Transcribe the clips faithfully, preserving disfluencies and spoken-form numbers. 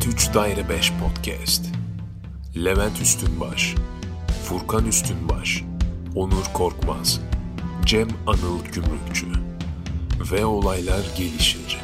Kat üç Daire beş Podcast. Levent Üstünbaş, Furkan Üstünbaş, Onur Korkmaz, Cem Anıl Gümrükçü ve olaylar gelişir.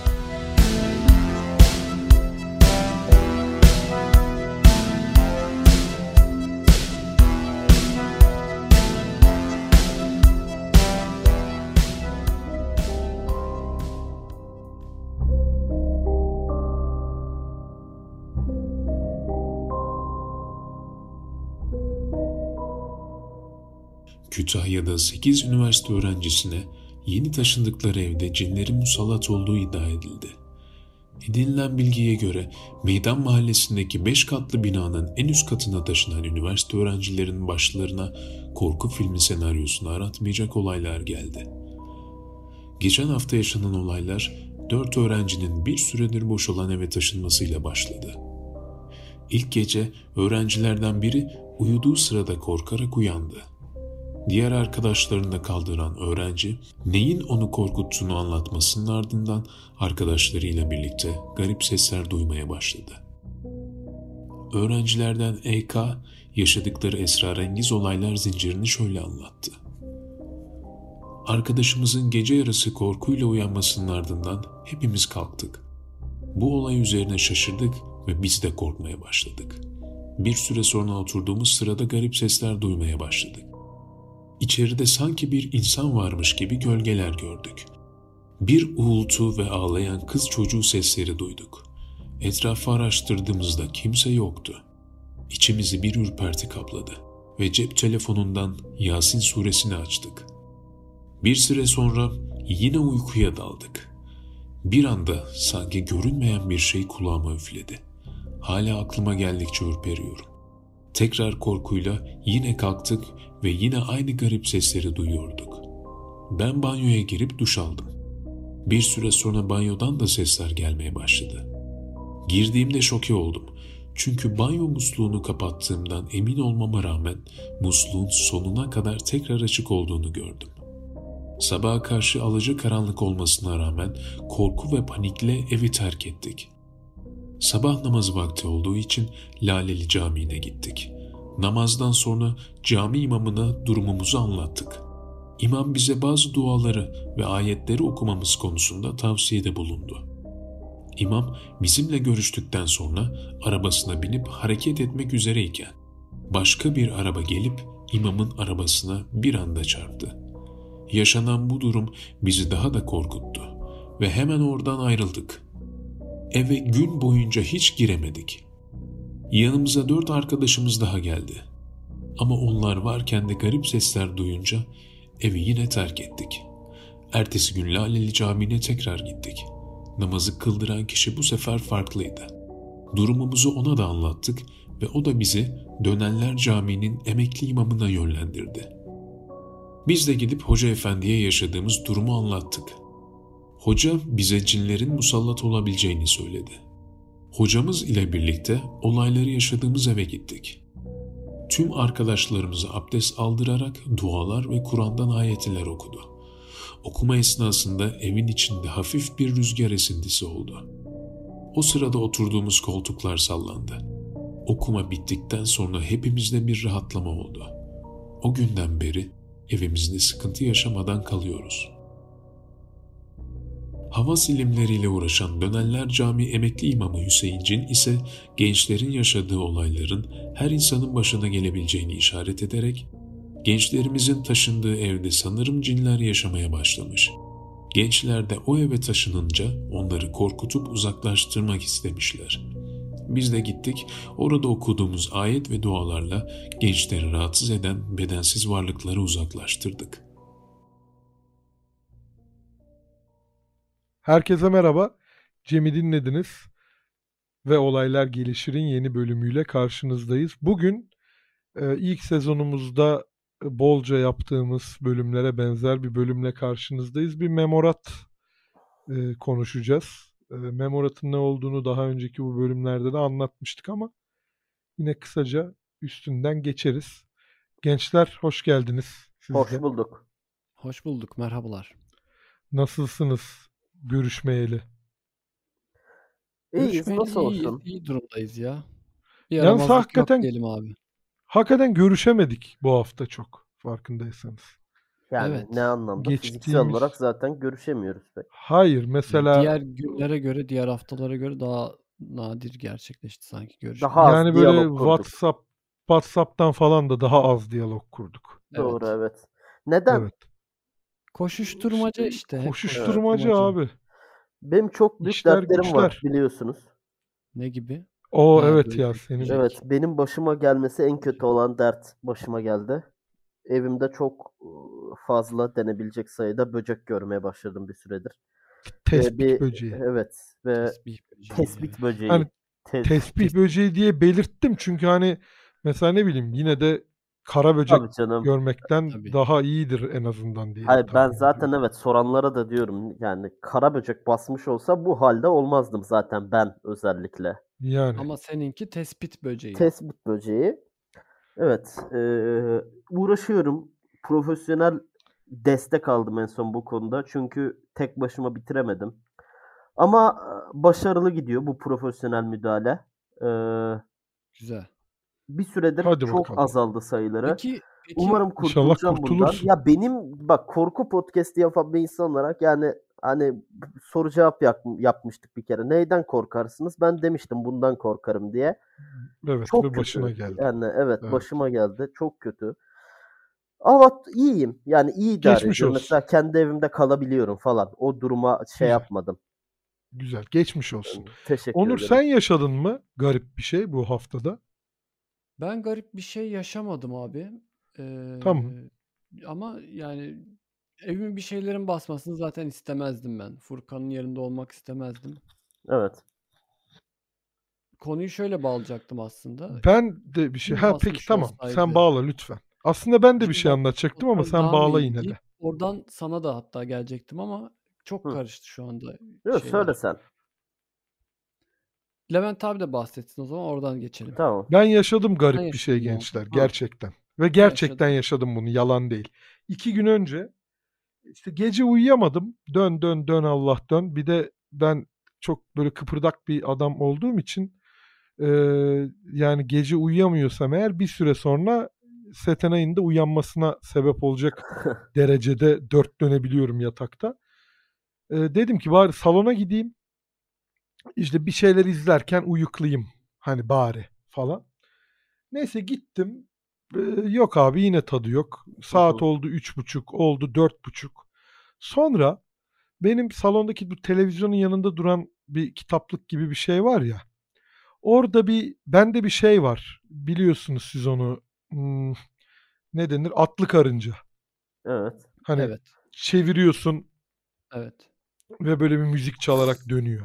Kütahya'da sekiz üniversite öğrencisine yeni taşındıkları evde cinlerin musallat olduğu iddia edildi. Edinilen bilgiye göre Meydan Mahallesi'ndeki beş katlı binanın en üst katına taşınan üniversite öğrencilerinin başlarına korku filmi senaryosunu aratmayacak olaylar geldi. Geçen hafta yaşanan olaylar dört öğrencinin bir süredir boş olan eve taşınmasıyla başladı. İlk gece öğrencilerden biri uyuduğu sırada korkarak uyandı. Diğer arkadaşlarını da kaldıran öğrenci, neyin onu korkuttuğunu anlatmasının ardından arkadaşlarıyla birlikte garip sesler duymaya başladı. Öğrencilerden E K, yaşadıkları esrarengiz olaylar zincirini şöyle anlattı. Arkadaşımızın gece yarısı korkuyla uyanmasının ardından hepimiz kalktık. Bu olay üzerine şaşırdık ve biz de korkmaya başladık. Bir süre sonra oturduğumuz sırada garip sesler duymaya başladık. İçeride sanki bir insan varmış gibi gölgeler gördük. Bir uğultu ve ağlayan kız çocuğu sesleri duyduk. Etrafı araştırdığımızda kimse yoktu. İçimizi bir ürperti kapladı ve cep telefonundan Yasin suresini açtık. Bir süre sonra yine uykuya daldık. Bir anda sanki görünmeyen bir şey kulağıma üfledi. Hala aklıma geldikçe ürperiyorum. Tekrar korkuyla yine kalktık ve yine aynı garip sesleri duyuyorduk. Ben banyoya girip duş aldım. Bir süre sonra banyodan da sesler gelmeye başladı. Girdiğimde şoke oldum. Çünkü banyo musluğunu kapattığımdan emin olmama rağmen musluğun sonuna kadar tekrar açık olduğunu gördüm. Sabaha karşı alacakaranlık olmasına rağmen korku ve panikle evi terk ettik. Sabah namazı vakti olduğu için Laleli Camii'ne gittik. Namazdan sonra cami imamına durumumuzu anlattık. İmam bize bazı duaları ve ayetleri okumamız konusunda tavsiyede bulundu. İmam bizimle görüştükten sonra arabasına binip hareket etmek üzereyken başka bir araba gelip imamın arabasına bir anda çarptı. Yaşanan bu durum bizi daha da korkuttu ve hemen oradan ayrıldık. Eve gün boyunca hiç giremedik. Yanımıza dört arkadaşımız daha geldi. Ama onlar varken de garip sesler duyunca evi yine terk ettik. Ertesi gün Laleli Camii'ne tekrar gittik. Namazı kıldıran kişi bu sefer farklıydı. Durumumuzu ona da anlattık ve o da bizi Dönenler Camii'nin emekli imamına yönlendirdi. Biz de gidip Hoca Efendi'ye yaşadığımız durumu anlattık. Hoca bize cinlerin musallat olabileceğini söyledi. Hocamız ile birlikte olayları yaşadığımız eve gittik. Tüm arkadaşlarımıza abdest aldırarak dualar ve Kur'an'dan ayetler okudu. Okuma esnasında evin içinde hafif bir rüzgar esintisi oldu. O sırada oturduğumuz koltuklar sallandı. Okuma bittikten sonra hepimizde bir rahatlama oldu. O günden beri evimizde sıkıntı yaşamadan kalıyoruz. Havas ilimleriyle uğraşan Dönenler Camii emekli imamı Hüseyin Cin ise gençlerin yaşadığı olayların her insanın başına gelebileceğini işaret ederek gençlerimizin taşındığı evde sanırım cinler yaşamaya başlamış. Gençler de o eve taşınınca onları korkutup uzaklaştırmak istemişler. Biz de gittik, orada okuduğumuz ayet ve dualarla gençleri rahatsız eden bedensiz varlıkları uzaklaştırdık. Herkese merhaba. Cem'i dinlediniz ve Olaylar Gelişir'in yeni bölümüyle karşınızdayız. Bugün e, ilk sezonumuzda bolca yaptığımız bölümlere benzer bir bölümle karşınızdayız. Bir memorat e, konuşacağız. E, memoratın ne olduğunu daha önceki bu bölümlerde de anlatmıştık ama yine kısaca üstünden geçeriz. Gençler hoş geldiniz. Siz Hoş de. bulduk. Hoş bulduk, merhabalar. Nasılsınız görüşmeyeli? İyiyiz. Görüşmeyeli Nasıl iyiyiz. olsun? İyi durumdayız ya. Bir Yalnız yaramazlık yok hakikaten diyelim abi. hakikaten görüşemedik bu hafta çok farkındaysanız. Yani Evet. ne anlamda? Fiziksel Geçtiğimiz olarak zaten görüşemiyoruz pek. hayır mesela Diğer günlere göre, diğer haftalara göre daha nadir gerçekleşti sanki görüşme. Daha az yani böyle diyalog kurduk. WhatsApp WhatsApp'tan falan da daha az diyalog kurduk. Doğru Evet. evet. Neden? Evet. Koşuşturmaca İşte işte. Hep koşuşturmaca koşuşturmaca. abi. Benim çok büyük İşler dertlerim var güçler. biliyorsunuz. Ne gibi? O Ha, evet böcek, ya senin. böcek. Evet, benim başıma gelmesi en kötü olan dert başıma geldi. Evimde çok ıı, fazla denebilecek sayıda böcek görmeye başladım bir süredir. Ve Tespih bir böceği. evet ve Tesbih böceği. tespit evet. böceği. Hani Tes- tespih böceği diye belirttim çünkü hani mesela ne bileyim yine de kara böcek Tabii canım. görmekten Tabii. daha iyidir en azından diye Hayır ben tahmin zaten ediyorum. evet soranlara da diyorum yani kara böcek basmış olsa bu halde olmazdım zaten ben özellikle. Yani Ama seninki tespit böceği. Tespit böceği. Evet. eee, uğraşıyorum. Profesyonel destek aldım en son bu konuda. Çünkü tek başıma bitiremedim. Ama e, başarılı gidiyor bu profesyonel müdahale. Eee, Güzel. bir süredir hadi çok bakalım. azaldı sayıları. Peki, peki Umarım İnşallah kurtulacağım bundan. kurtulursun. Ya benim bak korku podcast'i yapan bir insan olarak yani hani soru cevap yap- yapmıştık bir kere. Neyden korkarsınız? Ben demiştim bundan korkarım diye. Evet Çok ve kötü. başına geldi. Yani evet, Evet. başıma geldi. Çok kötü. Ama iyiyim. Yani iyi idare Geçmiş ediyorum. olsun. Mesela kendi evimde kalabiliyorum falan. O duruma şey Güzel. yapmadım. Güzel. Geçmiş olsun. Teşekkür Onur ederim. sen yaşadın mı garip bir şey bu haftada? ben garip bir şey yaşamadım abi. Ee, Tamam. ama yani evimin bir şeylerin basmasını zaten istemezdim ben. Furkan'ın yerinde olmak istemezdim. Evet. Konuyu şöyle bağlayacaktım aslında. Ben de bir şey. Kim Ha peki basmış tamam. Sen olsaydı? bağla lütfen. Aslında ben de bir Kim şey basmış anlatacaktım ama olsaydı sen daha mı bağla iyi yine deyip de. oradan sana da hatta gelecektim ama çok Hı. karıştı şu anda Yok şeyler. söyle sen. Levent abi de bahsetsin o zaman oradan geçelim. Tamam. Ben yaşadım Ben garip bir şey yaşadım abi. gençler. Hı. Gerçekten. Ve gerçekten Yaşadım. yaşadım bunu. Yalan değil. İki gün önce işte gece uyuyamadım. Dön dön dön Allah dön. Bir de ben çok böyle kıpırdak bir adam olduğum için eee, yani gece uyuyamıyorsam eğer bir süre sonra Setenay'ın da uyanmasına sebep olacak derecede dört dönebiliyorum yatakta. Eee, dedim ki bari salona gideyim. İşte bir şeyler izlerken uyuklayayım. Hani bari falan. Neyse gittim. Eee, yok abi yine tadı yok. Hı Saat hı. oldu üç buçuk, oldu dört buçuk. Sonra benim salondaki bu televizyonun yanında duran bir kitaplık gibi bir şey var ya. Orada bir bende bir şey var. Biliyorsunuz siz onu. Hmm, ne denir? Atlı karınca. Evet. Hani Evet. çeviriyorsun Evet. ve böyle bir müzik çalarak dönüyor.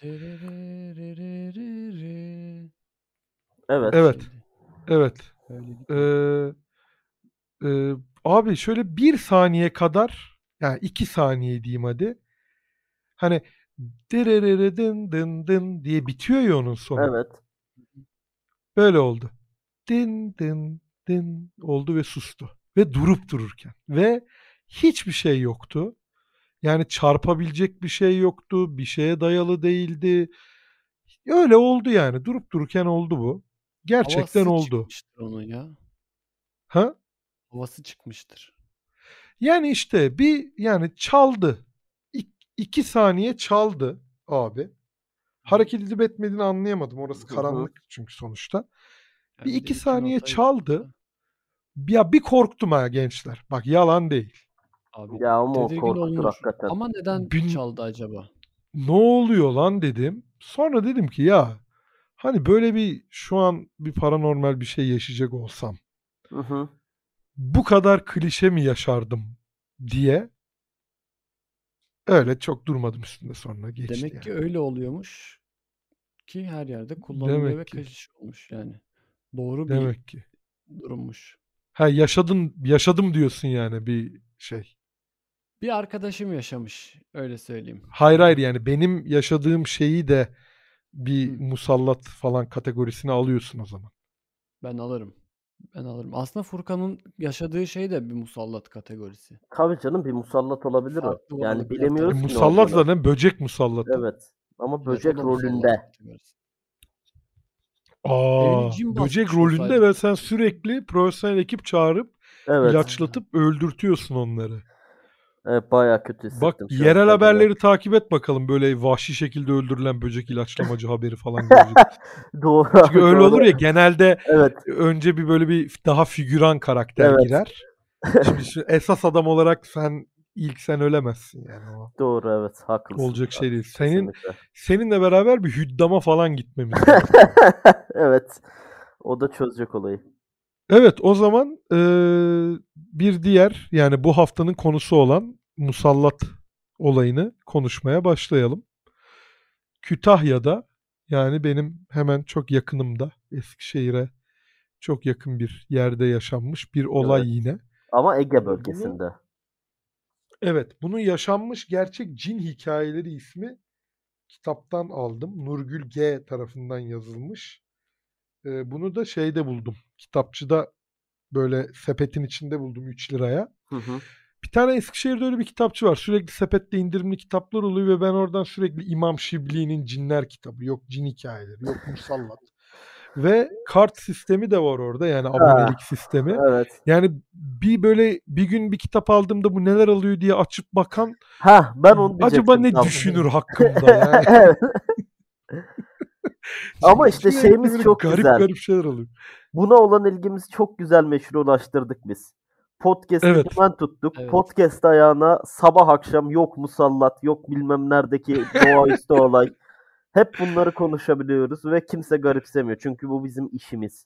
Derererererere. Evet. Evet. Şimdi Evet. öyle gidiyor. Ee, e, abi şöyle bir saniye kadar yani iki saniye diyeyim hadi. Hani dererere dın dın dın diye bitiyor ya onun sonu. Evet. Böyle oldu. Din din din oldu ve sustu. Ve durup dururken. Ve hiçbir şey yoktu. Yani çarpabilecek bir şey yoktu. Bir şeye dayalı değildi. Öyle oldu yani. Durup dururken oldu bu. Gerçekten Havası oldu. çıkmıştır onun ya. Ha? Havası çıkmıştır. Yani işte bir yani çaldı. İk, iki saniye çaldı abi. Hareket edip etmediğini anlayamadım. Orası Hı hı. karanlık çünkü sonuçta. Ya Bir bir de iki iki saniye notayı çaldı. tutsa. Ya bir korktum ha gençler. Bak yalan değil. Abi Ya ama o tedirgin korkutur olunur. hakikaten. Ama neden Bin, çaldı acaba? ne oluyor lan dedim. Sonra dedim ki ya hani böyle bir şu an bir paranormal bir şey yaşayacak olsam Hı hı. bu kadar klişe mi yaşardım diye öyle çok durmadım üstünde sonra geçti Demek yani. ki öyle oluyormuş ki her yerde kullanılıyor ve Demek ki. klişe olmuş yani. Doğru bir Demek ki. durummuş. Ha yaşadın yaşadım diyorsun yani bir şey. Bir arkadaşım yaşamış. Öyle söyleyeyim. Hayır hayır yani benim yaşadığım şeyi de bir Hı. musallat falan kategorisine alıyorsun o zaman. Ben alırım. Ben alırım. Aslında Furkan'ın yaşadığı şey de bir musallat kategorisi. Tabii canım bir musallat olabilir o. Farklı Yani varlıklar bilemiyoruz E, ki ne tarafından. musallat olduğunu. zaten böcek musallatı. Evet. Ama Evet, böcek o da musallat rolünde. kategorisi. Aa, Evini cin böcek basmış rolünde olsaydı ve çok sen kötü. sürekli profesyonel ekip çağırıp Evet. ilaçlatıp öldürtüyorsun onları. Evet, bayağı kötü Bak hissettim şu an yerel kendimi. haberleri takip et bakalım, böyle vahşi şekilde öldürülen böcek ilaçlamacı haberi falan göreceksin. Doğru Çünkü abi, öyle olur doğru. ya genelde, Evet. önce bir böyle bir daha figüran karakter Evet. girer. Şimdi, şimdi esas adam olarak sen ilk sen ölemezsin yani, o Doğru, evet, haklısın. olacak şey değil. Senin Kesinlikle. seninle beraber bir hüddama falan gitmemiz lazım. Evet. O da çözecek olayı. Evet, o zaman eee, bir diğer, yani bu haftanın konusu olan musallat olayını konuşmaya başlayalım. Kütahya'da, yani benim hemen çok yakınımda, Eskişehir'e çok yakın bir yerde yaşanmış bir olay Evet. yine. Ama Ege Ee, bunu bölgesinde. evet, bunun yaşanmış gerçek cin hikayeleri ismi kitaptan aldım. Nurgül G tarafından yazılmış. Ee, bunu da şeyde buldum. Kitapçıda böyle sepetin içinde buldum üç liraya. Hı hı. Bir tane Eskişehir'de öyle bir kitapçı var. Sürekli sepette indirimli kitaplar oluyor ve ben oradan sürekli İmam Şibli'nin Cinler kitabı, yok cin hikayeleri, yok musallat. Ve kart sistemi de var orada, yani Ha, abonelik sistemi. evet. Yani bir böyle bir gün bir kitap aldığımda bu neler alıyor diye açıp bakan Ha, ben onu acaba diyecektim ne tam. düşünür hakkımda yani. Evet. Ama Çünkü işte sürekli şeyimiz böyle çok garip güzel. garip şeyler alıyor. Buna olan ilgimizi çok güzel meşrulaştırdık biz. Podcast'ı Evet. hemen tuttuk. Evet. Podcast ayağına sabah akşam yok musallat, yok bilmem neredeki doğaüstü olay. Hep bunları konuşabiliyoruz ve kimse garipsemiyor. Çünkü bu bizim işimiz.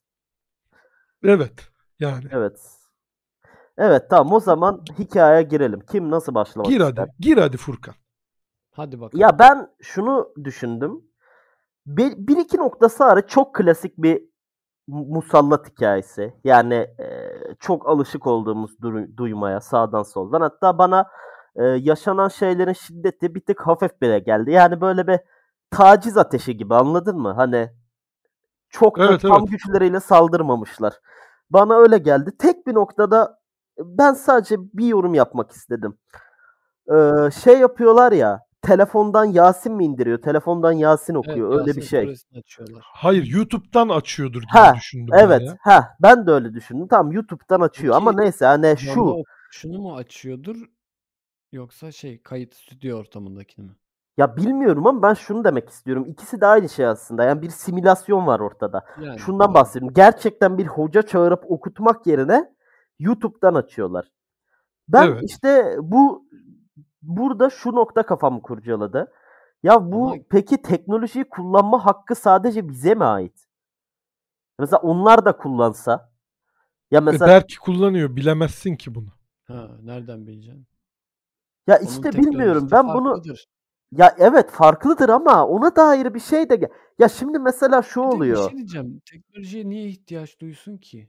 Evet. Yani. Evet. Evet, tamam, o zaman hikayeye girelim. Kim nasıl başlamak Gir ister? hadi. Gir hadi Furkan. Hadi bakalım. Ya ben şunu düşündüm. Bir, bir iki noktası hariç çok klasik bir mu- musallat hikayesi. Yani e, çok alışık olduğumuz du- duymaya sağdan soldan. Hatta bana e, yaşanan şeylerin şiddeti bir tık hafif bile geldi. Yani böyle bir taciz ateşi gibi, anladın mı? Hani çok da Evet, tam evet. güçleriyle saldırmamışlar. Bana öyle geldi. Tek bir noktada ben sadece bir yorum yapmak istedim. Ee, şey yapıyorlar ya, telefondan Yasin mi indiriyor? Telefondan Yasin Evet, okuyor. Öyle bir Yasin şey. suresini açıyorlar. Hayır, YouTube'dan açıyordur gibi Ha, düşündüm ben evet. ya. Ha, ben de öyle düşündüm. Tamam, YouTube'dan açıyor ama Peki neyse, hani canlı şu. okuyuşunu mu açıyordur yoksa şey kayıt stüdyo ortamındakini mi? Ya bilmiyorum ama ben şunu demek istiyorum. İkisi de aynı şey aslında. Yani bir simülasyon var ortada. Yani Şundan doğru. bahsediyorum. Gerçekten bir hoca çağırıp okutmak yerine YouTube'dan açıyorlar. Ben Evet. işte bu burada şu nokta kafamı kurcaladı. Ya bu Ama peki teknolojiyi kullanma hakkı sadece bize mi ait? Mesela onlar da kullansa. Ya E mesela belki kullanıyor. Bilemezsin ki bunu. ha, nereden bileceksin? ya Onun işte bilmiyorum. teknolojisi Ben bunu farklıdır. ya evet farklıdır ama ona dair bir şey de ge- ya şimdi mesela şu Bir de bir oluyor. şey diyeceğim. Teknolojiye niye ihtiyaç duysun ki?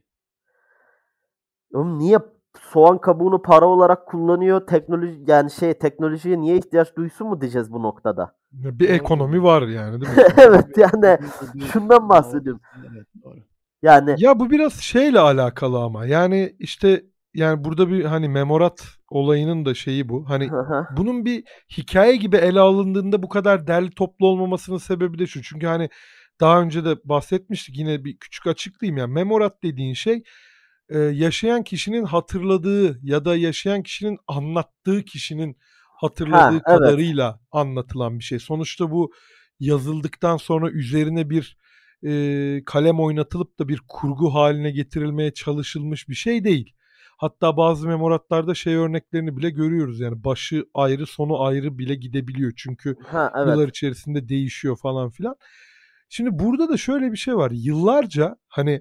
Oğlum niye soğan kabuğunu para olarak kullanıyor? Teknoloji yani şey teknolojiye niye ihtiyaç duysun mu diyeceğiz bu noktada? Ya bir Doğru ekonomi diyorsun. var yani, değil mi sonuçta? Evet Bir yani ekonomi de bir şundan bağ bahsediyorum. olursa evet doğru. Yani Ya bu biraz şeyle alakalı ama. Yani işte, yani burada bir hani memorat olayının da şeyi bu. Hani hı hı, bunun bir hikaye gibi ele alındığında bu kadar derli toplu olmamasının sebebi de şu. Çünkü hani daha önce de bahsetmiştik, yine bir küçük açıklayayım ya. Memorat dediğin şey e, yaşayan kişinin hatırladığı ya da yaşayan kişinin anlattığı kişinin ha hatırladığı evet. kadarıyla anlatılan bir şey. Sonuçta bu yazıldıktan sonra üzerine bir e, kalem oynatılıp da bir kurgu haline getirilmeye çalışılmış bir şey değil. Hatta bazı memoratlarda şey örneklerini bile görüyoruz. Yani başı ayrı, sonu ayrı bile gidebiliyor. Çünkü Ha evet. yıllar içerisinde değişiyor falan filan. Şimdi burada da şöyle bir şey var. Yıllarca hani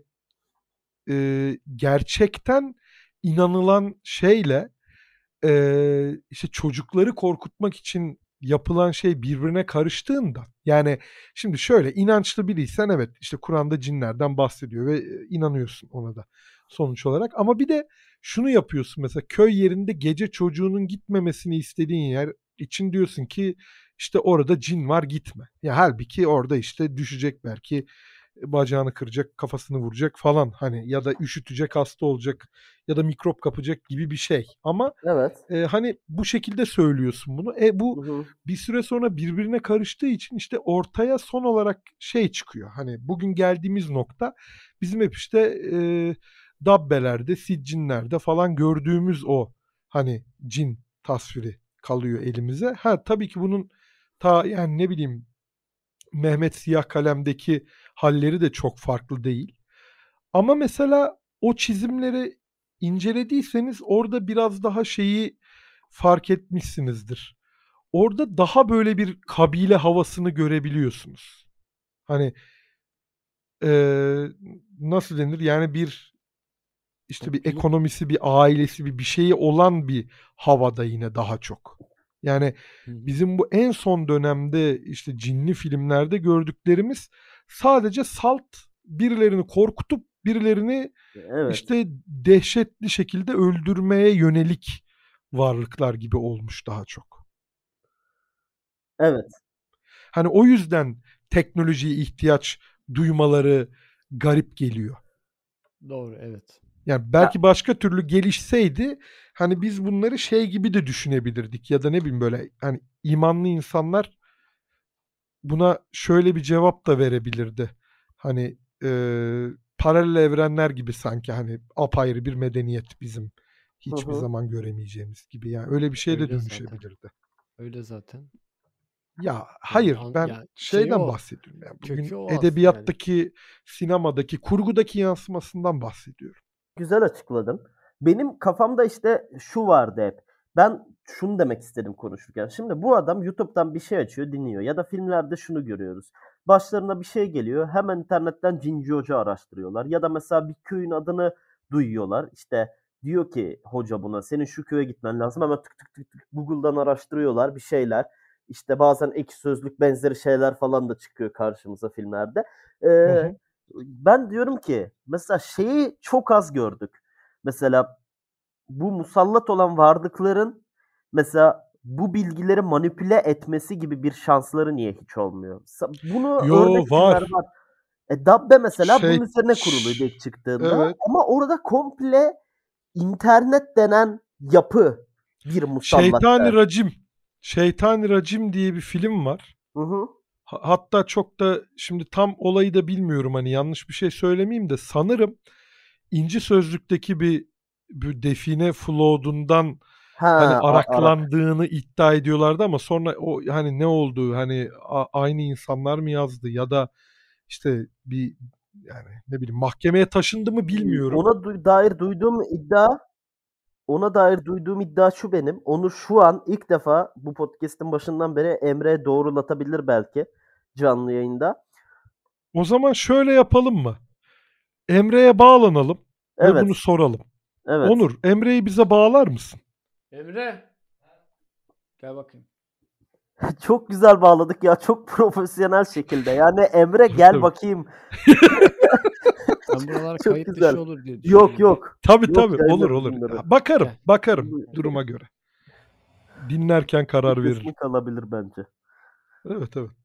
e, gerçekten inanılan şeyle e, işte çocukları korkutmak için yapılan şey birbirine karıştığında, yani şimdi şöyle, inançlı biriysen evet, işte Kur'an'da cinlerden bahsediyor ve e, inanıyorsun ona da sonuç olarak, ama bir de şunu yapıyorsun, mesela köy yerinde gece çocuğunun gitmemesini istediğin yer için diyorsun ki işte orada cin var, gitme. Ya halbuki orada işte düşecek belki bacağını kıracak, kafasını vuracak falan hani ya da üşütecek, hasta olacak ya da mikrop kapacak gibi bir şey. Ama Evet. e, hani bu şekilde söylüyorsun bunu. E bu Hı hı. bir süre sonra birbirine karıştığı için işte ortaya son olarak şey çıkıyor. Hani bugün geldiğimiz nokta bizim hep işte e, dabbelerde, siccinlerde falan gördüğümüz o hani cin tasviri kalıyor elimize. Ha tabii ki bunun ta yani ne bileyim Mehmet Siyah Kalem'deki halleri de çok farklı değil. Ama mesela o çizimleri incelediyseniz orada biraz daha şeyi fark etmişsinizdir. Orada daha böyle bir kabile havasını görebiliyorsunuz. Hani eee, nasıl denir? Yani bir işte bir Topluluk. ekonomisi, bir ailesi, bir bir şeyi olan bir havada yine daha çok. Yani Hı hı. bizim bu en son dönemde işte cinli filmlerde gördüklerimiz sadece salt birilerini korkutup birilerini Evet. işte dehşetli şekilde öldürmeye yönelik varlıklar gibi olmuş daha çok. Evet. Hani o yüzden teknolojiye ihtiyaç duymaları garip geliyor. Doğru, evet. Yani Ya, belki başka türlü gelişseydi hani biz bunları şey gibi de düşünebilirdik ya da ne bileyim böyle hani imanlı insanlar buna şöyle bir cevap da verebilirdi. Hani eee paralel evrenler gibi sanki hani apayrı bir medeniyet bizim hı hiçbir hı. zaman göremeyeceğimiz gibi. Yani öyle bir şeye de Öyle zaten. dönüşebilirdi. Öyle zaten. Ya Yani hayır an, ben ya şeyi şeyden o. bahsediyorum. Yani bugün Kökü o aslında yani. edebiyattaki, sinemadaki, kurgudaki yansımasından bahsediyorum. Güzel açıkladın. Benim kafamda işte şu vardı hep. Ben şunu demek istedim konuşurken. Şimdi bu adam YouTube'dan bir şey açıyor, dinliyor. Ya da filmlerde şunu görüyoruz. Başlarına bir şey geliyor. Hemen internetten Cinci Hoca araştırıyorlar. Ya da mesela bir köyün adını duyuyorlar. İşte diyor ki hoca buna senin şu köye gitmen lazım. Hemen tık tık tık tık Google'dan araştırıyorlar bir şeyler. İşte bazen Ekşi Sözlük benzeri şeyler falan da çıkıyor karşımıza filmlerde. Hı Ee, hı. Ben diyorum ki mesela şeyi çok az gördük. Mesela bu musallat olan varlıkların mesela bu bilgileri manipüle etmesi gibi bir şansları niye hiç olmuyor? Sa- Bunu Yo örnek filmler var. var. E, Dabbe mesela bunun Şey üzerine kuruluydu ş- ilk çıktığında. evet. Ama orada komple internet denen yapı bir Şeytani musallat. Racim. Şeytani Racim diye bir film var. Hı hı. Ha- Hatta çok da şimdi tam olayı da bilmiyorum hani yanlış bir şey söylemeyeyim de sanırım İnci Sözlük'teki bir, bir define flood'undan Ha, hani a- Arak. araklandığını iddia ediyorlardı ama sonra o hani ne oldu hani a- aynı insanlar mı yazdı ya da işte bir yani ne bileyim mahkemeye taşındı mı bilmiyorum. Ona du- dair duyduğum iddia Ona dair duyduğum iddia şu benim. Onu şu an ilk defa bu podcast'in başından beri Emre doğrulatabilir belki canlı yayında. O zaman şöyle yapalım mı? Emre'ye bağlanalım ve Evet, bunu soralım. evet. Onur, Emre'yi bize bağlar mısın? Emre. Gel bakayım. Çok güzel bağladık ya. Çok profesyonel şekilde. Yani Emre Tabii gel tabii. bakayım. Ben buralar Çok kayıt güzel. dışı olur diye Yok düşünüyorum. yok. Tabii Yok tabii olur yayınlarız olur. bunları. Bakarım, Gel. bakarım Bu duruma göre. Dinlerken karar bir veririm. kısmı kalabilir bence. Evet evet.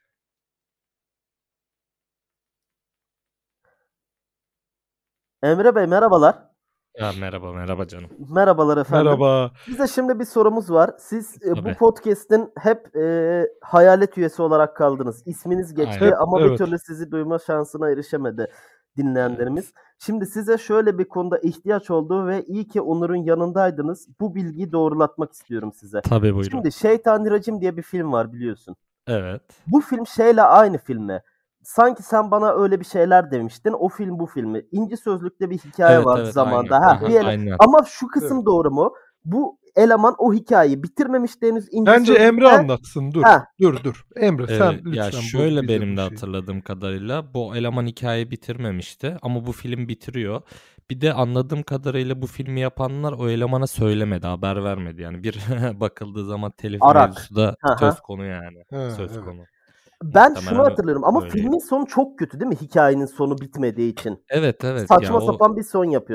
Emre Bey merhabalar. Ya merhaba merhaba canım. Merhabalar efendim. Merhaba. Size şimdi bir sorumuz var. Siz e, bu Tabii. podcast'in hep e, hayalet üyesi olarak kaldınız. İsminiz geçti Aynen. Hep ama bir evet. türlü sizi duyma şansına erişemedi Evet. dinleyenlerimiz. Şimdi size şöyle bir konuda ihtiyaç oldu ve iyi ki Onur'un yanındaydınız. Bu bilgiyi doğrulatmak istiyorum size. Tabii buyurun. Şimdi Şeytaniracim diye bir film var biliyorsun. Evet. Bu film şeyle aynı film mi? Sanki sen bana öyle bir şeyler demiştin. O film bu filmi. İnci Sözlük'te bir hikaye Evet var evet zamanda. aynen. Ha, Aha, bir ele- aynen. Ama şu kısım Evet. doğru mu? Bu eleman o hikayeyi bitirmemişti henüz İnci Bence Emre Sözlük'te. anlatsın. Dur. Ha, Dur dur. Emre sen Ee, lütfen ya bu şöyle bize benim bu de şeyi. hatırladığım kadarıyla bu eleman hikayeyi bitirmemişti ama bu film bitiriyor. Bir de anladığım kadarıyla bu filmi yapanlar o elemana söylemedi, haber vermedi. Yani bir bakıldığı zaman telif Arak. mevzusu da Hı hı. söz konu yani. Ha, Söz evet. konu. Ben şunu Muhtemelen hatırlıyorum ama öyleydi. filmin sonu çok kötü değil mi? Hikayenin sonu bitmediği için. Evet evet ya Saçma o sapan bir son yapıyorlar.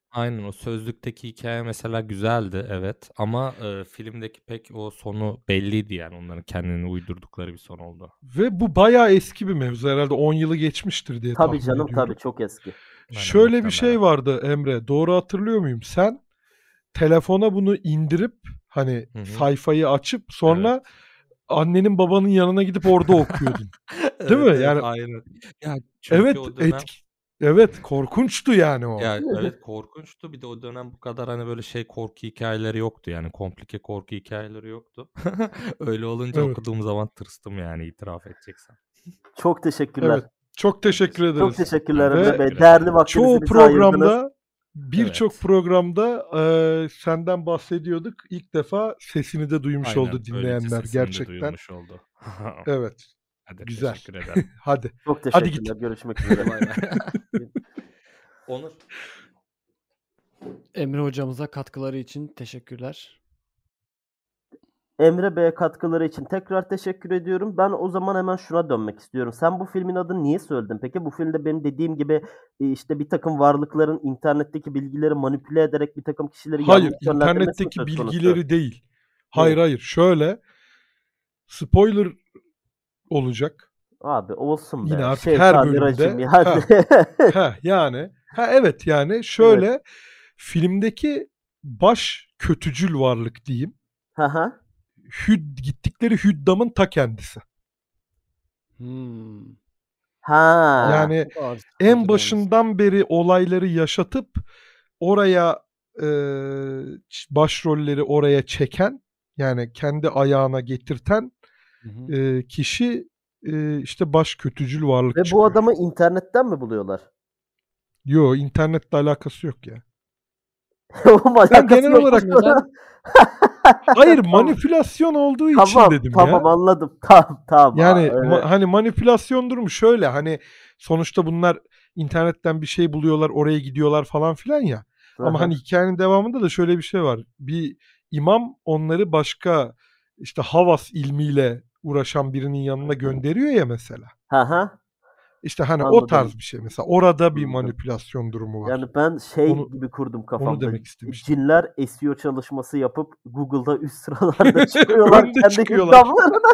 Aynen o sözlükteki hikaye mesela güzeldi evet ama e, filmdeki pek o sonu belliydi yani onların kendini uydurdukları bir son oldu. Ve bu bayağı eski bir mevzu. Herhalde on yılı geçmiştir diye Tabii tahmin canım ediyorum. tabii çok eski. Yani Şöyle bir muhtemelen. şey vardı Emre. Doğru hatırlıyor muyum? Sen telefona bunu indirip hani Hı hı. sayfayı açıp sonra Evet. annenin babanın yanına gidip orada okuyordun. Değil Evet mi? evet Yani aynen. Ya çünkü evet o dönem etki evet korkunçtu yani o. ya evet korkunçtu. Bir de o dönem bu kadar hani böyle şey korku hikayeleri yoktu yani komplike korku hikayeleri yoktu. Öyle olunca Evet. okuduğum zaman tırstım yani itiraf edeceksem. Çok teşekkürler. Evet. Çok teşekkür teşekkür ederiz. Çok teşekkürler Ben Ve Emre Bey. teşekkür Değerli ederim. vaktinizi Çoğu bize ayırdınız. programda birçok Evet. programda e, senden bahsediyorduk. İlk defa sesini de duymuş Aynen. oldu Böylece dinleyenler sesini de gerçekten. duyulmuş oldu. Evet. Hadi Güzel. teşekkür ederim. Hadi. Çok Hadi git. teşekkürler. Görüşmek üzere. Bay bay. Onur. Emre hocamıza katkıları için teşekkürler. Emre Bey'e katkıları için tekrar teşekkür ediyorum. Ben o zaman hemen şuna dönmek istiyorum. Sen bu filmin adını niye söyledin peki? Bu filmde benim dediğim gibi e, işte bir takım varlıkların internetteki bilgileri manipüle ederek bir takım kişileri Hayır, yanlış yönlendirmesi mi internetteki söz konusu? bilgileri değil. Hayır Ne? hayır. Şöyle spoiler olacak. Abi olsun Yine be. artık Şeytan her bölümde. racim yani. Ha, ha yani. Ha evet yani şöyle filmdeki baş kötücül varlık diyeyim. Haha. Hüd, gittikleri Hüddam'ın ta kendisi. Hmm. Ha. Yani Çok ağır sıkıntı en yalnız. başından beri olayları yaşatıp oraya e, ç- başrolleri oraya çeken yani kendi ayağına getirten Hı hı. e, kişi e, işte baş kötücül varlık Ve çıkıyor. bu adamı internetten mi buluyorlar? Yo internetle alakası yok ya. Oğlum Ben alakası genel yok. olarak Neden? hayır Tamam. manipülasyon olduğu için Tamam, dedim tamam ya. anladım. Tamam, tamam. Yani Aa, ma- evet. hani manipülasyon durumu şöyle hani sonuçta bunlar internetten bir şey buluyorlar oraya gidiyorlar falan filan ya. Ama Aha. hani hikayenin devamında da şöyle bir şey var. Bir imam onları başka işte Havas ilmiyle uğraşan birinin yanına gönderiyor ya mesela. Haha. İşte hani o Anladım. tarz bir şey mesela. Orada bir Anladım. manipülasyon durumu var. Yani ben şey Onu gibi kurdum onu kafamda. demek istemiştim. Cinler S E O çalışması yapıp Google'da üst sıralarda çıkıyorlar Önde kendi çıkıyorlar. gündemlerine.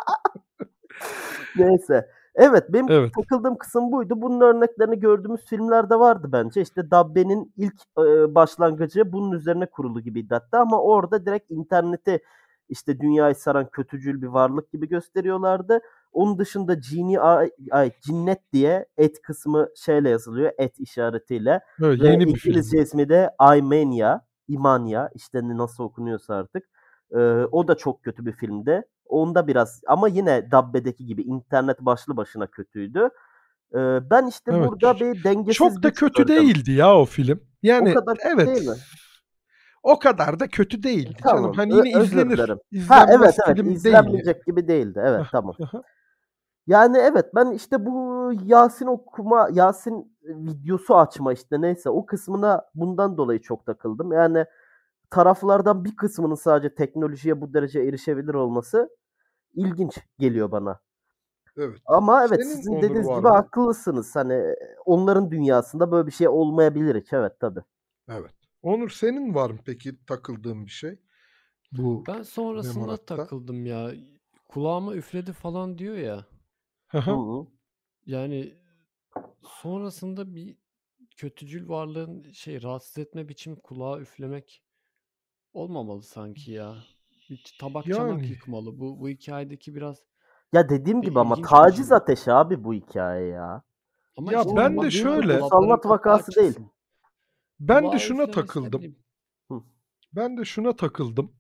Neyse. Evet benim Evet. takıldığım kısım buydu. Bunun örneklerini gördüğümüz filmlerde vardı bence. İşte Dabbe'nin ilk e, başlangıcı bunun üzerine kurulu gibiydi hatta ama orada direkt interneti işte dünyayı saran kötücül bir varlık gibi gösteriyorlardı. Onun dışında Genie ay, ay cinnet diye et kısmı şeyle yazılıyor. Et işaretiyle. Evet, Ve yeni bir film. İngilizce ismi de Imania, Imania işte nasıl okunuyorsa artık. Ee, o da çok kötü bir filmdi. Onda biraz ama yine Dabbe'deki gibi internet başlı başına kötüydü. Ee, ben işte Evet. burada bir dengesiz Çok da güç kötü gördüm. değildi ya o film. O Yani kadar kötü evet. değil mi? O kadar da kötü değildi canım. Tamam. Hani Ö- yine özür izlenir. dilerim. Ha İzlenmez evet evet film değil izlenmeyecek yani. gibi değildi. Evet Hah, tamam. aha. Yani evet ben işte bu Yasin okuma, Yasin videosu açma işte neyse o kısmına bundan dolayı çok takıldım. Yani taraflardan bir kısmının sadece teknolojiye bu derece erişebilir olması ilginç geliyor bana. Evet. Ama evet Senin sizin Onur dediğiniz var gibi mı? haklısınız. Hani onların dünyasında böyle bir şey olmayabilir hiç. Evet tabii. Evet. Onur senin var mı peki takıldığın bir şey? Bu Ben sonrasında Memorat'ta. takıldım ya. Kulağıma üfledi falan diyor ya. Hı Hı hı. hı. Yani sonrasında bir kötücül varlığın şey rahatsız etme biçimi kulağa üflemek olmamalı sanki ya. Bir tabak çanak Yani yıkmalı. Bu bu hikayedeki biraz Ya dediğim bir gibi ama ilginç taciz biçim. ateşi abi bu hikaye ya. Ama ya işte ben Bu de tabak düz bir çanak şöyle dolapların musallat kapağı vakası değil. açılsın. ben de Kulağa şuna üflemesi ne takıldım. bileyim. Hı. Ben de şuna takıldım.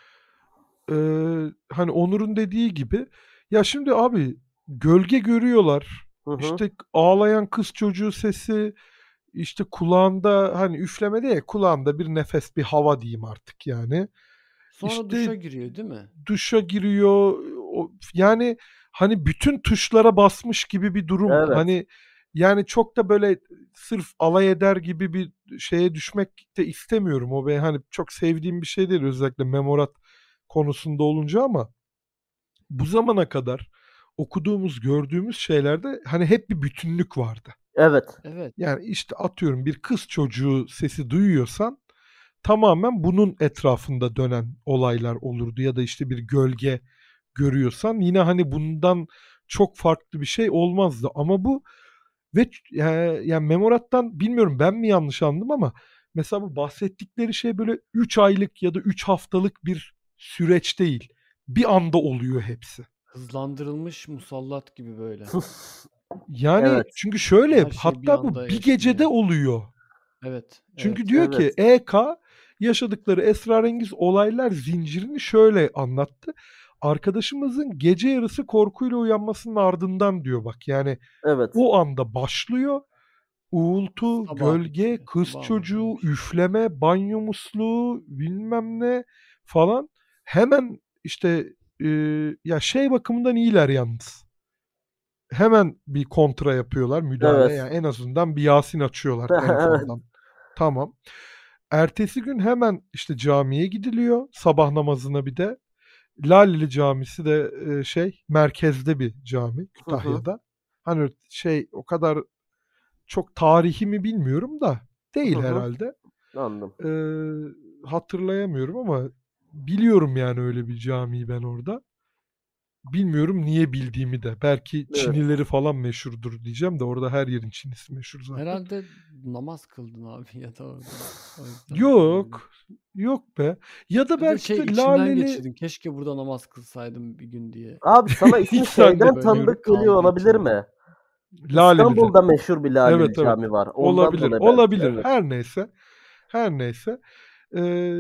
Ee, hani Onur'un dediği gibi ya şimdi abi gölge görüyorlar. Hı hı. İşte ağlayan kız çocuğu sesi işte kulağında hani üflemede ya kulağında bir nefes bir hava diyeyim artık yani. Sonra İşte duşa giriyor değil mi? duşa giriyor. O, yani hani bütün tuşlara basmış gibi bir durum. Evet. Hani yani çok da böyle sırf alay eder gibi bir şeye düşmek de istemiyorum. O ben hani çok sevdiğim bir şey değil özellikle Memorat konusunda olunca ama bu zamana kadar okuduğumuz, gördüğümüz şeylerde hani hep bir bütünlük vardı. Evet. Evet. Yani işte atıyorum bir kız çocuğu sesi duyuyorsan tamamen bunun etrafında dönen olaylar olurdu. Ya da işte bir gölge görüyorsan yine hani bundan çok farklı bir şey olmazdı. Ama bu ve yani, yani Memorat'tan bilmiyorum ben mi yanlış anladım ama mesela bu bahsettikleri şey böyle üç aylık ya da üç haftalık bir süreç değil. Bir anda oluyor hepsi. Hızlandırılmış musallat gibi böyle. Yani Evet. çünkü şöyle Her şey bir hatta bu anda bir gecede yaşanıyor. oluyor. Evet. Çünkü Evet. diyor ki Evet. E K yaşadıkları esrarengiz olaylar zincirini şöyle anlattı. Arkadaşımızın gece yarısı korkuyla uyanmasının ardından diyor bak. Yani Evet. o anda başlıyor. Uğultu, Sabaha gölge, bitiyor. kız Sabaha çocuğu, böyle bir şey. üfleme, banyo musluğu, bilmem ne falan. Hemen işte e, ya şey bakımından iyiler yalnız. Hemen bir kontra yapıyorlar, müdahale. Evet. Yani en azından bir Yasin açıyorlar Evet. telefondan. Tamam. Ertesi gün hemen işte camiye gidiliyor. Sabah namazına bir de. Laleli Camisi de e, şey merkezde bir cami Hı hı. Kütahya'da. Hani şey o kadar çok tarihi mi bilmiyorum da değil Hı hı. herhalde. Anladım. Ee, hatırlayamıyorum ama biliyorum yani öyle bir camiyi ben orada. Bilmiyorum niye bildiğimi de. Belki Evet. Çinileri falan meşhurdur diyeceğim de orada her yerin Çinisi meşhur zaten. Herhalde namaz kıldın abi ya da orada. O yüzden olabilir. Yok. Yok be. Ya da Ya da belki şey de içinden Laleli geçirdin. Keşke burada namaz kılsaydım bir gün diye. Abi sana ismi hiç şeyden zannetmiyorum. tanıdık geliyor Kaldı olabilir içinde. mi? Laleli'de. İstanbul'da meşhur bir Laleli Evet evet. cami var. Ondan Olabilir. dolayı belki. Olabilir. Evet. Her neyse. Her neyse. Ee,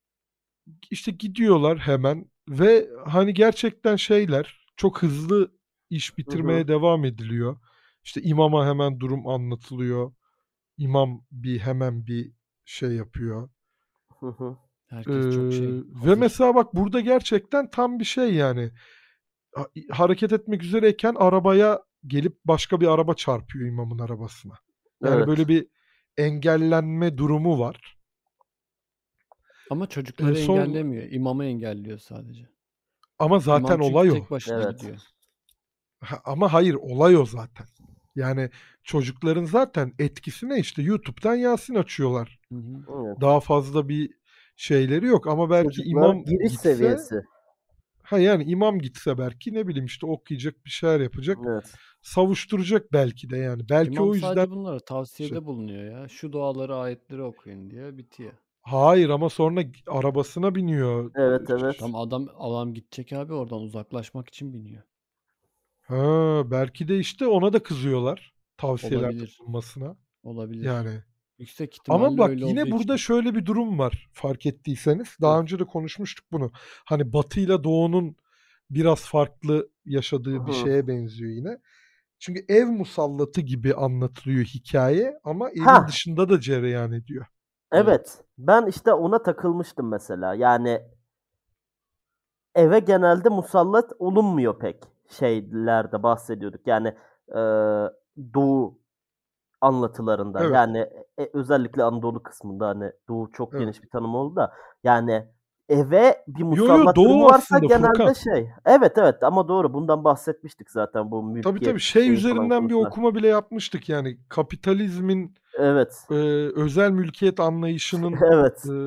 işte gidiyorlar hemen ve hani gerçekten şeyler çok hızlı iş Hı hı. bitirmeye devam ediliyor. İşte imama hemen durum anlatılıyor. İmam bir hemen bir şey yapıyor. Hı hı. Ee, Herkes çok şey ve hazır. mesela bak burada gerçekten tam bir şey yani. Ha- Hareket etmek üzereyken arabaya gelip başka bir araba çarpıyor imamın arabasına. Yani Evet. böyle bir engellenme durumu var. Ama Ee, çocukları son engellemiyor. İmamı engelliyor sadece. ama zaten İmam çünkü olay o. tek başına Evet. gidiyor. Ha, ama hayır olay o zaten. Yani çocukların zaten etkisi ne işte YouTube'dan Yasin açıyorlar. Hı hı. Evet. Daha fazla bir şeyleri yok ama belki Çocuklar imam giriş gitse seviyesi. ha yani imam gitse belki ne bileyim işte okuyacak bir şeyler yapacak. Evet. Savuşturacak belki de yani. Belki İmam o yüzden sadece bunlara şey. tavsiyede bulunuyor ya. Şu duaları, ayetleri okuyun diye bitiyor. Hayır ama sonra arabasına biniyor. Evet evet. Tam adam adam gidecek abi oradan uzaklaşmak için biniyor. Ha, belki de işte ona da kızıyorlar tavsiyelerde Olabilir. bulunmasına. Olabilir. Yani. Yüksek Ama ihtimalle bak öyle olduğu yine burada için. şöyle bir durum var fark ettiyseniz. Hı. Daha önce de konuşmuştuk bunu. Hani Batı ile Doğu'nun biraz farklı yaşadığı bir Hı. şeye benziyor yine. Çünkü ev musallatı gibi anlatılıyor hikaye ama evin Ha, dışında da cereyan ediyor. Evet. evet. Ben işte ona takılmıştım mesela. Yani eve genelde musallat olunmuyor pek şeylerde bahsediyorduk. Yani e, Doğu anlatılarında. Evet, Yani e, özellikle Anadolu kısmında hani Doğu çok evet. geniş bir tanım oldu da yani eve bir Yo yo musallat durumu Doğu varsa aslında genelde Furkan. şey. Evet evet ama doğru bundan bahsetmiştik zaten bu Tabii tabii mülkiyet şey şeyi falan üzerinden bir konusunda. okuma bile yapmıştık yani kapitalizmin Evet. e, özel mülkiyet anlayışının Evet. e,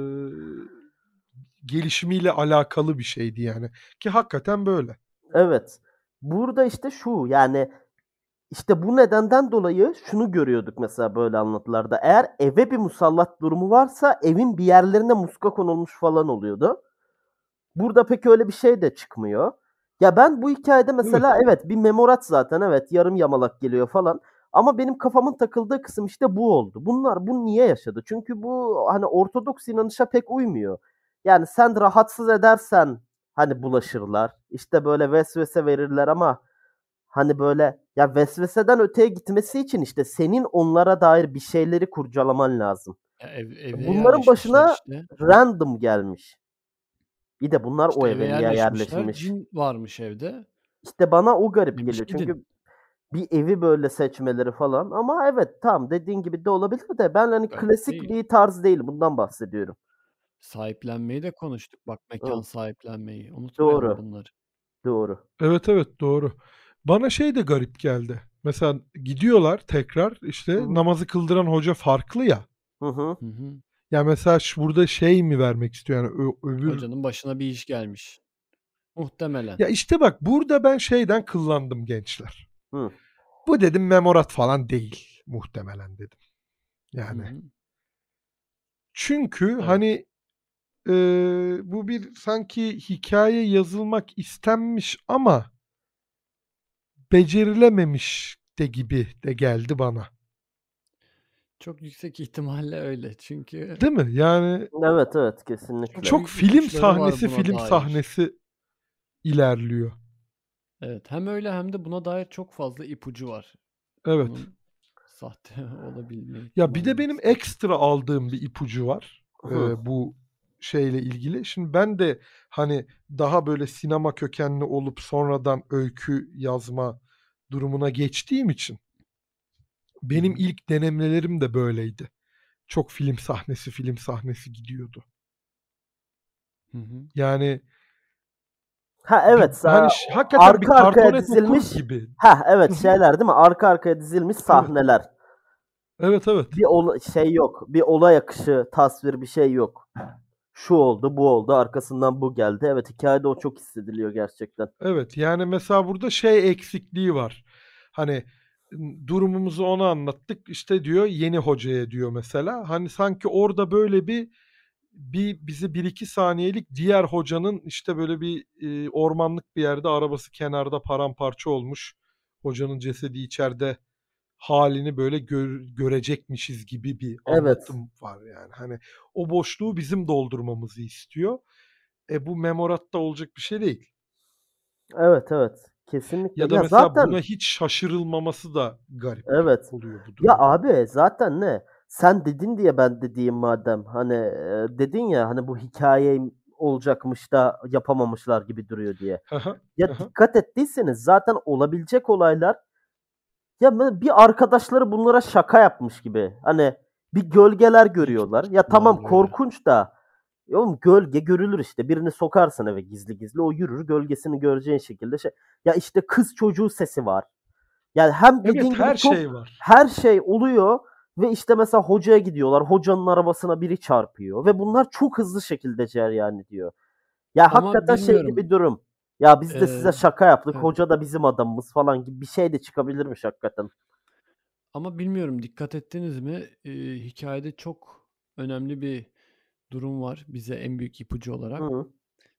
gelişimiyle alakalı bir şeydi yani. Ki hakikaten böyle. Evet. Burada işte şu yani işte bu nedenden dolayı şunu görüyorduk mesela böyle anlatılarda. Eğer eve bir musallat durumu varsa evin bir yerlerine muska konulmuş falan oluyordu. Burada pek öyle bir şey de çıkmıyor. Ya ben bu hikayede Evet. mesela evet bir memorat zaten evet yarım yamalak geliyor falan. Ama benim kafamın takıldığı kısım işte bu oldu. Bunlar bu niye yaşadı? Çünkü bu hani Ortodoks inanışa pek uymuyor. Yani sen rahatsız edersen hani bulaşırlar. İşte böyle vesvese verirler ama hani böyle ya vesveseden öteye gitmesi için işte senin onlara dair bir şeyleri kurcalaman lazım. Ya ev, eve Bunların yerleşmişler başına işte. random gelmiş. Bir de bunlar o İşte eve eve niye yerleşmişler. yerleşmiş? Cin varmış evde. İşte bana o garip Demiş geliyor. gidin. Çünkü bir evi böyle seçmeleri falan. Ama evet tamam dediğin gibi de olabilir de ben hani Garip klasik değil. bir tarz değil. Bundan bahsediyorum. Sahiplenmeyi de konuştuk. Bak mekan Hı, sahiplenmeyi. Unutmayalım doğru. bunları. Doğru. Evet evet doğru. Bana şey de garip geldi. Mesela gidiyorlar tekrar işte Hı. namazı kıldıran hoca farklı ya. Hı hı. Hı hı. Ya mesela şu- burada şey mi vermek istiyor yani ö- öbür Hocanın başına bir iş gelmiş. Muhtemelen. ya işte bak burada ben şeyden kıllandım gençler. Hı. Bu dedim memorat falan değil muhtemelen dedim. Hı Yani hı. çünkü Evet. hani e, bu bir sanki hikaye yazılmak istenmiş ama becerilememiş de gibi de geldi bana. Çok yüksek ihtimalle öyle. Çünkü Değil mi? Yani Evet evet çok kesinlikle. çok büyük film ipuçları var sahnesi buna film dair. sahnesi ilerliyor. Evet, hem öyle hem de buna dair çok fazla ipucu var. Evet. Bunun sahte olabilme Ya bir de benim ihtimalinin. ekstra aldığım bir ipucu var. Hı. Ee, bu şeyle ilgili. Şimdi ben de hani daha böyle sinema kökenli olup sonradan öykü yazma durumuna geçtiğim için Hı benim hı. ilk denemelerim de böyleydi. Çok film sahnesi film sahnesi gidiyordu. Hı hı. Yani Ha bir, evet hani sa- ş- hakikaten bir arka arkaya kartonet okur dizilmiş. gibi. Ha Hı evet hı. şeyler değil mi? Arka arkaya dizilmiş Evet. sahneler. Evet evet. Bir ola- şey yok. Bir olay akışı, tasvir bir şey yok. Şu oldu, bu oldu, arkasından bu geldi. Evet hikayede o çok hissediliyor gerçekten. Evet yani mesela burada şey eksikliği var. Hani m, durumumuzu ona anlattık işte diyor yeni hocaya diyor mesela. Hani sanki orada böyle bir bir bize bir iki saniyelik diğer hocanın işte böyle bir e, ormanlık bir yerde arabası kenarda paramparça olmuş. Hocanın cesedi içeride halini böyle gör- görecekmişiz gibi bir Evet. anlatım var yani. Hani o boşluğu bizim doldurmamızı istiyor. E bu memoratta olacak bir şey değil. Evet evet. Kesinlikle. Ya da Ya mesela buna zaten hiç şaşırılmaması da garip evet. oluyor bu Ya durumda. abi zaten ne? Sen dedin diye ben de diyeyim madem. Hani e, dedin ya hani bu hikaye olacakmış da yapamamışlar gibi duruyor diye. Haha, Ya haha. dikkat ettiyseniz zaten olabilecek olaylar ya böyle bir arkadaşları bunlara şaka yapmış gibi. Hani bir gölgeler Büyük görüyorlar. Ya tamam ihtimalle öyle. korkunç da ya oğlum gölge görülür işte. Birini sokarsın eve gizli gizli o yürür gölgesini göreceğin şekilde şey. Ya işte kız çocuğu sesi var. Yani hem dediğin Evet gibi her çok şey var. her şey oluyor ve işte mesela hocaya gidiyorlar. Hocanın arabasına biri çarpıyor ve bunlar çok hızlı şekilde cereyan ediyor. Ya Ama hakikaten şey gibi bilmiyorum. bir durum. Ya biz de size Ee, şaka yaptık. evet. Hoca da bizim adamımız falan gibi bir şey de çıkabilirmiş hakikaten. Ama bilmiyorum dikkat ettiniz mi? Ee, hikayede çok önemli bir durum var bize en büyük ipucu olarak. Hı.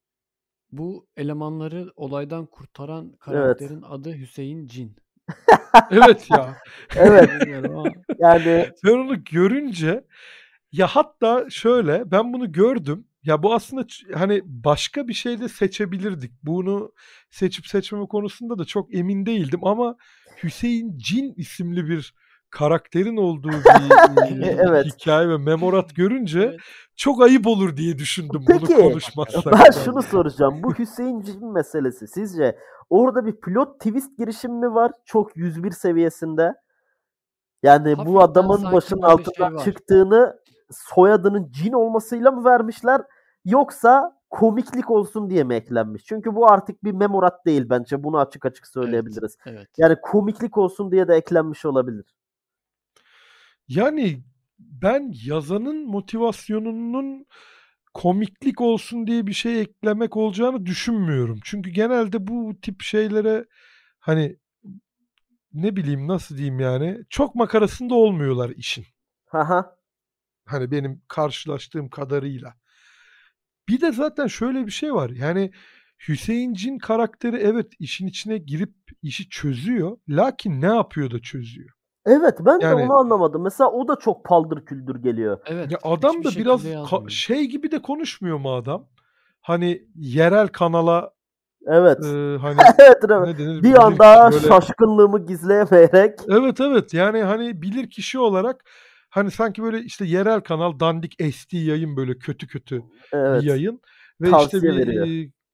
Bu elemanları olaydan kurtaran Evet. karakterin adı Hüseyin Cin. Evet ya. Evet. Bilmiyorum ama Yani Ben onu görünce ya hatta şöyle ben bunu gördüm. Ya bu aslında ç- hani başka bir şey de seçebilirdik. Bunu seçip seçmeme konusunda da çok emin değildim ama Hüseyin Cin isimli bir karakterin olduğu bir e, evet. hikaye ve memorat görünce evet. çok ayıp olur diye düşündüm bunu Peki konuşmazsak ben da. şunu soracağım. Bu Hüseyin Cin meselesi sizce orada bir plot twist girişim mi var? Çok yüz bir seviyesinde. Yani bu Hafiften adamın başının sanki böyle altından şey var. çıktığını soyadının Cin olmasıyla mı vermişler? Yoksa komiklik olsun diye mi eklenmiş? Çünkü bu artık bir memorat değil bence. Bunu açık açık Evet. söyleyebiliriz. Evet. Yani komiklik olsun diye de eklenmiş olabilir. Yani ben yazanın motivasyonunun komiklik olsun diye bir şey eklemek olacağını düşünmüyorum. Çünkü genelde bu tip şeylere hani ne bileyim nasıl diyeyim yani çok makarasında olmuyorlar işin. Haha. Hani benim karşılaştığım kadarıyla. Bir de zaten şöyle bir şey var. Yani Hüseyin Cin karakteri evet işin içine girip işi çözüyor. Lakin ne yapıyor da çözüyor? Evet ben de Yani onu anlamadım. Mesela o da çok paldır küldür geliyor. ya Evet. adam Hiçbir da biraz şekilde ka- yazmıyor. şey gibi de konuşmuyor mu adam? Hani yerel kanala Evet. e, hani Evet, evet. ne denir Bir bilir kişi anda böyle şaşkınlığımı gizleyemeyerek evet evet yani hani bilir kişi olarak hani sanki böyle işte yerel kanal dandik S D yayın böyle kötü kötü bir evet yayın ve işte tavsiye bir veriyor. e,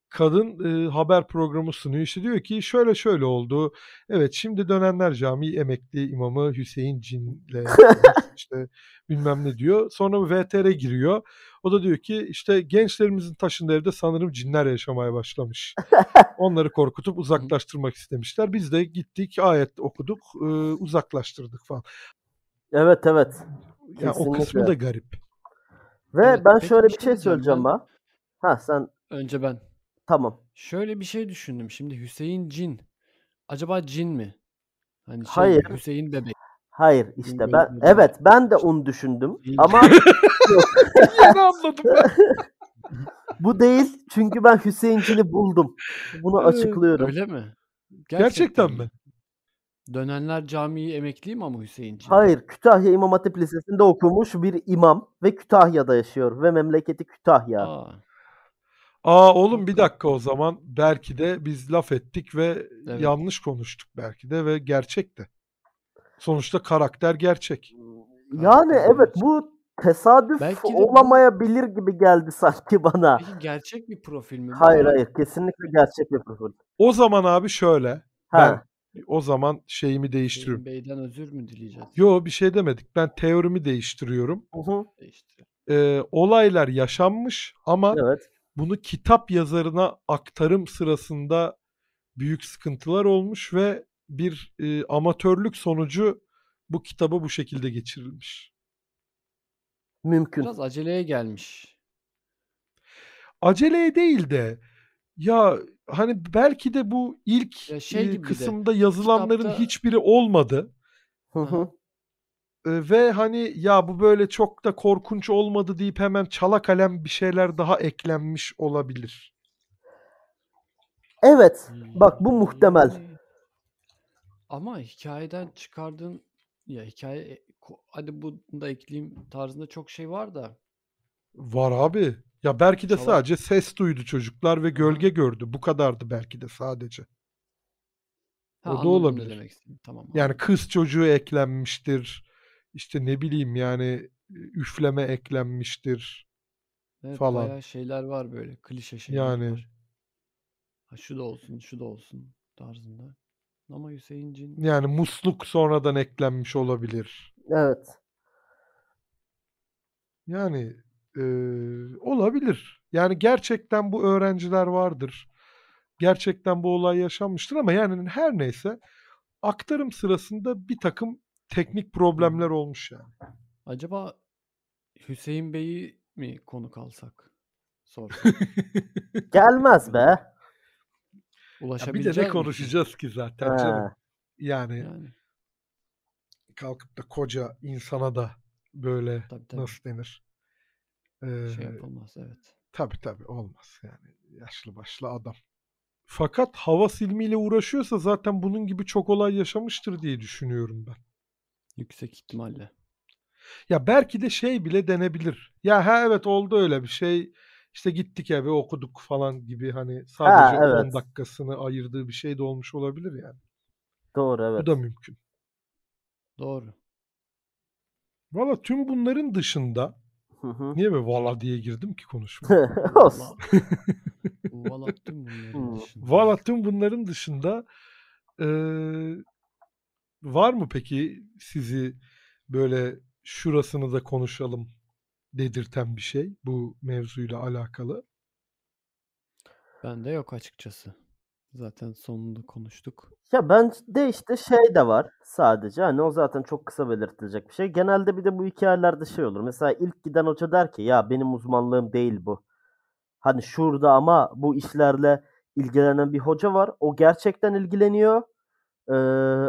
kadın e, haber programı sunuyor. İşte diyor ki şöyle şöyle oldu. Evet, şimdi Dönenler Camii emekli imamı Hüseyin Cin'le işte bilmem ne diyor. Sonra V T R giriyor. O da diyor ki işte gençlerimizin taşındığı evde sanırım cinler yaşamaya başlamış. Onları korkutup uzaklaştırmak istemişler. Biz de gittik, ayet okuduk, e, uzaklaştırdık falan. Evet evet. Yani o kısmı Kesinlikle. da garip. Ve Evet, ben peki şöyle bir bir şey şey diyeceğim. söyleyeceğim Ben ha. Ha sen önce ben tamam. şöyle bir şey düşündüm. Şimdi Hüseyin Cin. Acaba cin mi? Hani şey Hayır. mi? Hüseyin bebek. Hayır Çünkü işte böyle ben modern evet ben de şey onu düşündüm değil. ama yok. Yeni anladım ben. Bu değil çünkü ben Hüseyin Cin'i buldum. Bunu açıklıyorum. Öyle mi? Gerçekten Gerçekten mi? mi? Dönenler Camii emekliyim ama Hüseyin Cin. Hayır, Kütahya İmam Hatip Lisesi'nde okumuş bir imam ve Kütahya'da yaşıyor ve memleketi Kütahya. Aa, Aa oğlum bir okey. dakika o zaman belki de biz laf ettik ve Evet. yanlış konuştuk belki de ve gerçekti. Sonuçta karakter gerçek. Yani Karakter evet gerçek. bu tesadüf Belki de bu olamayabilir gibi geldi sanki bana. peki gerçek bir profil mi bu? Hayır Ben hayır kesinlikle gerçek bir profil. O zaman abi şöyle ben Ha. o zaman şeyimi değiştiriyorum. Hüseyin Bey'den özür mü dileyeceğiz? Yo bir şey demedik. Ben teorimi değiştiriyorum. Hı hı. İşte. Ee, olaylar yaşanmış ama Evet. bunu kitap yazarına aktarım sırasında büyük sıkıntılar olmuş ve bir e, amatörlük sonucu bu kitaba bu şekilde geçirilmiş. Mümkün. Biraz aceleye gelmiş. Aceleye değil de ya hani belki de bu ilk Ya şey e, gibi bir de kısımda yazılanların kitapta hiçbiri olmadı. Hı Aha. hı. E, ve hani ya bu böyle çok da korkunç olmadı deyip hemen çala kalem bir şeyler daha eklenmiş olabilir. Evet. Bak bu muhtemel. Yani ama hikayeden çıkardığın ya hikaye e, ko- hadi bunu da ekleyeyim tarzında çok şey var da Var abi. Ya belki de Çala sadece ses duydu çocuklar ve Aha. gölge gördü. Bu kadardı belki de sadece. Ha O da anladım ne olabilir. demek istediğini. Tamam Yani anladım. kız çocuğu eklenmiştir. İşte ne bileyim yani üfleme eklenmiştir Evet falan. bayağı şeyler var böyle klişe şeyler Yani var. Ha şu da olsun şu da olsun tarzında. Ama Hüseyin Cin yani musluk sonradan eklenmiş olabilir. Evet. Yani e, olabilir. Yani gerçekten bu öğrenciler vardır. Gerçekten bu olay yaşanmıştır ama yani her neyse aktarım sırasında bir takım teknik problemler olmuş yani. acaba Hüseyin Bey'i mi konuk alsak? Sorsak. Gelmez be. Ya bir de ne Ulaşabileceğiz mi? konuşacağız ki zaten canım. Ha. Yani Yani kalkıp da koca insana da böyle tabii tabii nasıl denir? Ee, şey yapılmaz evet. tabii tabii olmaz yani yaşlı başlı adam. Fakat havas ilmiyle uğraşıyorsa zaten bunun gibi çok olay yaşamıştır diye düşünüyorum ben. Yüksek ihtimalle. Ya belki de şey bile denebilir. Ya ha evet oldu öyle bir şey. İşte gittik eve okuduk falan gibi hani sadece Ha on evet. dakikasını ayırdığı bir şey de olmuş olabilir yani. Doğru Bu evet. da mümkün. Doğru. Valla tüm bunların dışında Hı hı. niye böyle valla diye girdim ki konuşmaya? Olsun. Valla valla tüm bunların Hı. dışında. Valla tüm bunların dışında eee, var mı peki sizi böyle şurasını da konuşalım dedirten bir şey bu mevzuyla alakalı? Bende yok açıkçası. Zaten sonunda konuştuk. Ya bende işte şey de var sadece. Hani o zaten çok kısa belirtilecek bir şey. Genelde bir de bu hikayelerde şey olur. Mesela ilk giden hoca der ki ya benim uzmanlığım değil bu. Hani şurada ama bu işlerle ilgilenen bir hoca var. O gerçekten ilgileniyor. Ee,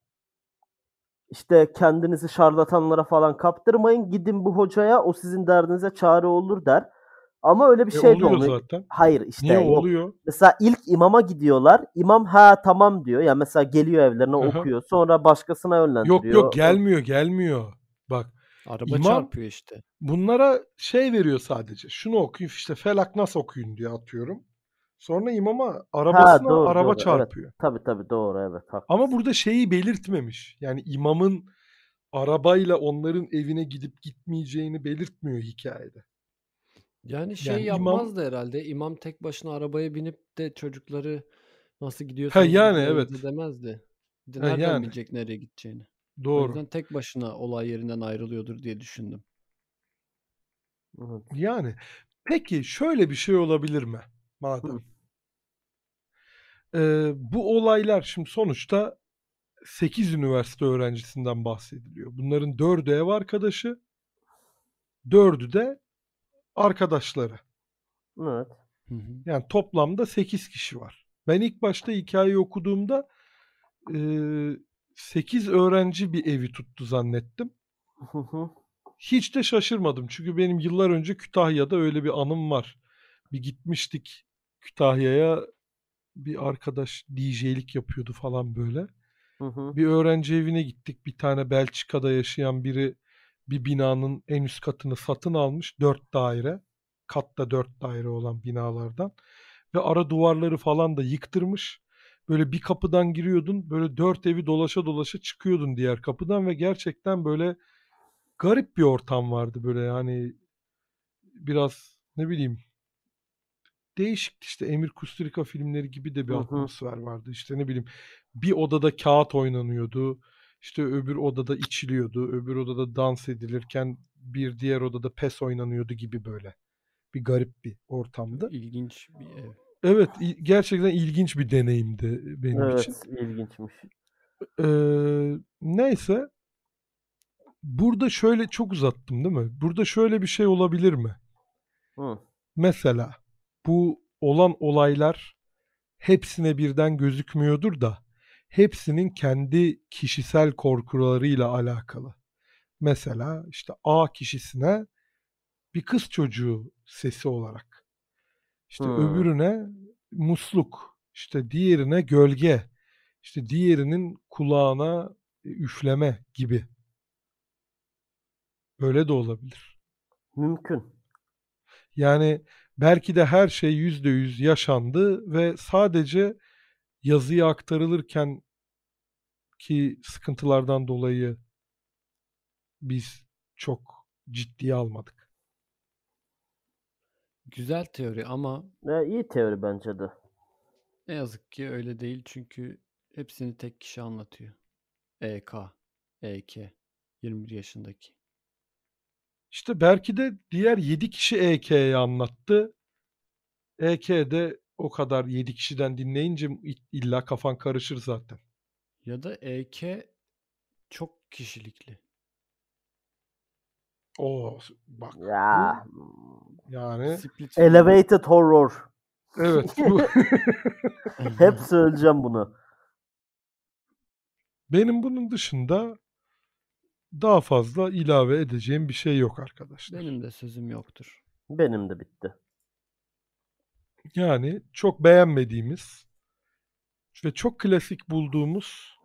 işte kendinizi şarlatanlara falan kaptırmayın. Gidin bu hocaya o sizin derdinize çare olur der. Ama öyle bir E şey de oluyor olmuyor. zaten. Hayır işte Niye yok. oluyor? Mesela ilk imama gidiyorlar. İmam ha tamam diyor. Ya mesela geliyor evlerine Aha. okuyor. Sonra başkasına Yok yönlendiriyor. yok gelmiyor gelmiyor. Bak Araba imam çarpıyor işte. bunlara şey veriyor sadece. Şunu okuyun işte Felak Nas okuyun diye atıyorum. Sonra imama Ha arabasına doğru araba doğru. Evet. çarpıyor. Tabii tabii doğru evet Ama haklısın. burada şeyi belirtmemiş. Yani imamın arabayla onların evine gidip gitmeyeceğini belirtmiyor hikayede. Yani şey Yani imam yapmazdı herhalde. İmam tek başına arabaya binip de çocukları nasıl ha gidiyorsanız yani gidin evet. evinize demezdi. De Ha nereden yani bilecek nereye gideceğini? O doğru. yüzden tek başına olay yerinden ayrılıyordur diye düşündüm. Evet. Yani peki şöyle bir şey olabilir mi? Madem. Hı. Ee, bu olaylar şimdi sonuçta sekiz üniversite öğrencisinden bahsediliyor. Bunların dördü ev arkadaşı, dördü de arkadaşları. Evet. Hı hı. Yani toplamda sekiz kişi var. Ben ilk başta hikayeyi okuduğumda sekiz öğrenci bir evi tuttu zannettim. Hı hı. Hiç de şaşırmadım. Çünkü benim yıllar önce Kütahya'da öyle bir anım var. Bir gitmiştik Kütahya'ya, bir arkadaş D J'lik yapıyordu falan böyle. Hı hı. Bir öğrenci evine gittik. Bir tane Belçika'da yaşayan biri bir binanın en üst katını satın almış. Dört daire. Katta dört daire olan binalardan. Ve ara duvarları falan da yıktırmış. Böyle bir kapıdan giriyordun. Böyle dört evi dolaşa dolaşa çıkıyordun diğer kapıdan ve gerçekten böyle garip bir ortam vardı böyle, yani biraz ne bileyim değişikti, işte Emir Kusturica filmleri gibi de bir Hı hı. atmosfer vardı. İşte ne bileyim, bir odada kağıt oynanıyordu. İşte öbür odada içiliyordu. Öbür odada dans edilirken bir diğer odada pes oynanıyordu gibi böyle. Bir garip bir ortamdı. İlginç bir ev. Evet, i- gerçekten ilginç bir deneyimdi benim için. Evet, ilginçmiş. Ee, neyse, burada şöyle çok uzattım değil mi? Burada şöyle bir şey olabilir mi? Hı. Mesela bu olan olaylar hepsine birden gözükmüyordur da hepsinin kendi kişisel korkularıyla alakalı. Mesela işte A kişisine bir kız çocuğu sesi olarak, işte Hı. öbürüne musluk, işte diğerine gölge, işte diğerinin kulağına üfleme gibi. Öyle de olabilir. Mümkün. Yani belki de her şey yüzde yüz yaşandı ve sadece yazıya aktarılırken ki sıkıntılardan dolayı biz çok ciddiye almadık. Güzel teori ama Ve iyi teori bence de. ne yazık ki öyle değil çünkü hepsini tek kişi anlatıyor. E K, E K, yirmi bir yaşındaki. İşte belki de diğer yedi kişi E K'ye anlattı. E K de o kadar yedi kişiden dinleyince illa kafan karışır zaten. Ya da E K çok kişilikli. Oo bak Ya. bu yani Split film. Elevated horror. evet bu Hep söyleyeceğim bunu. benim bunun dışında daha fazla ilave edeceğim bir şey yok arkadaşlar. Benim de sözüm yoktur. Benim de bitti. Yani çok beğenmediğimiz ve çok klasik bulduğumuz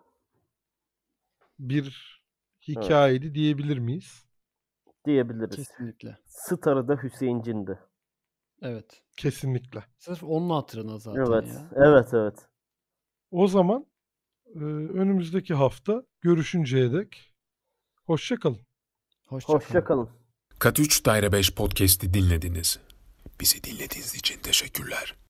bir hikayeydi diyebilir miyiz? Diyebiliriz. Kesinlikle. Starı da Hüseyin'cindi. Evet. Kesinlikle. Sırf onun hatırına zaten Evet. ya. Evet, evet. O zaman e, önümüzdeki hafta görüşünceye dek hoşça kalın. Hoşça Hoşça kalın. kalın. Kat üç Daire beş Podcast'i dinlediniz. Bizi dinlediğiniz için teşekkürler.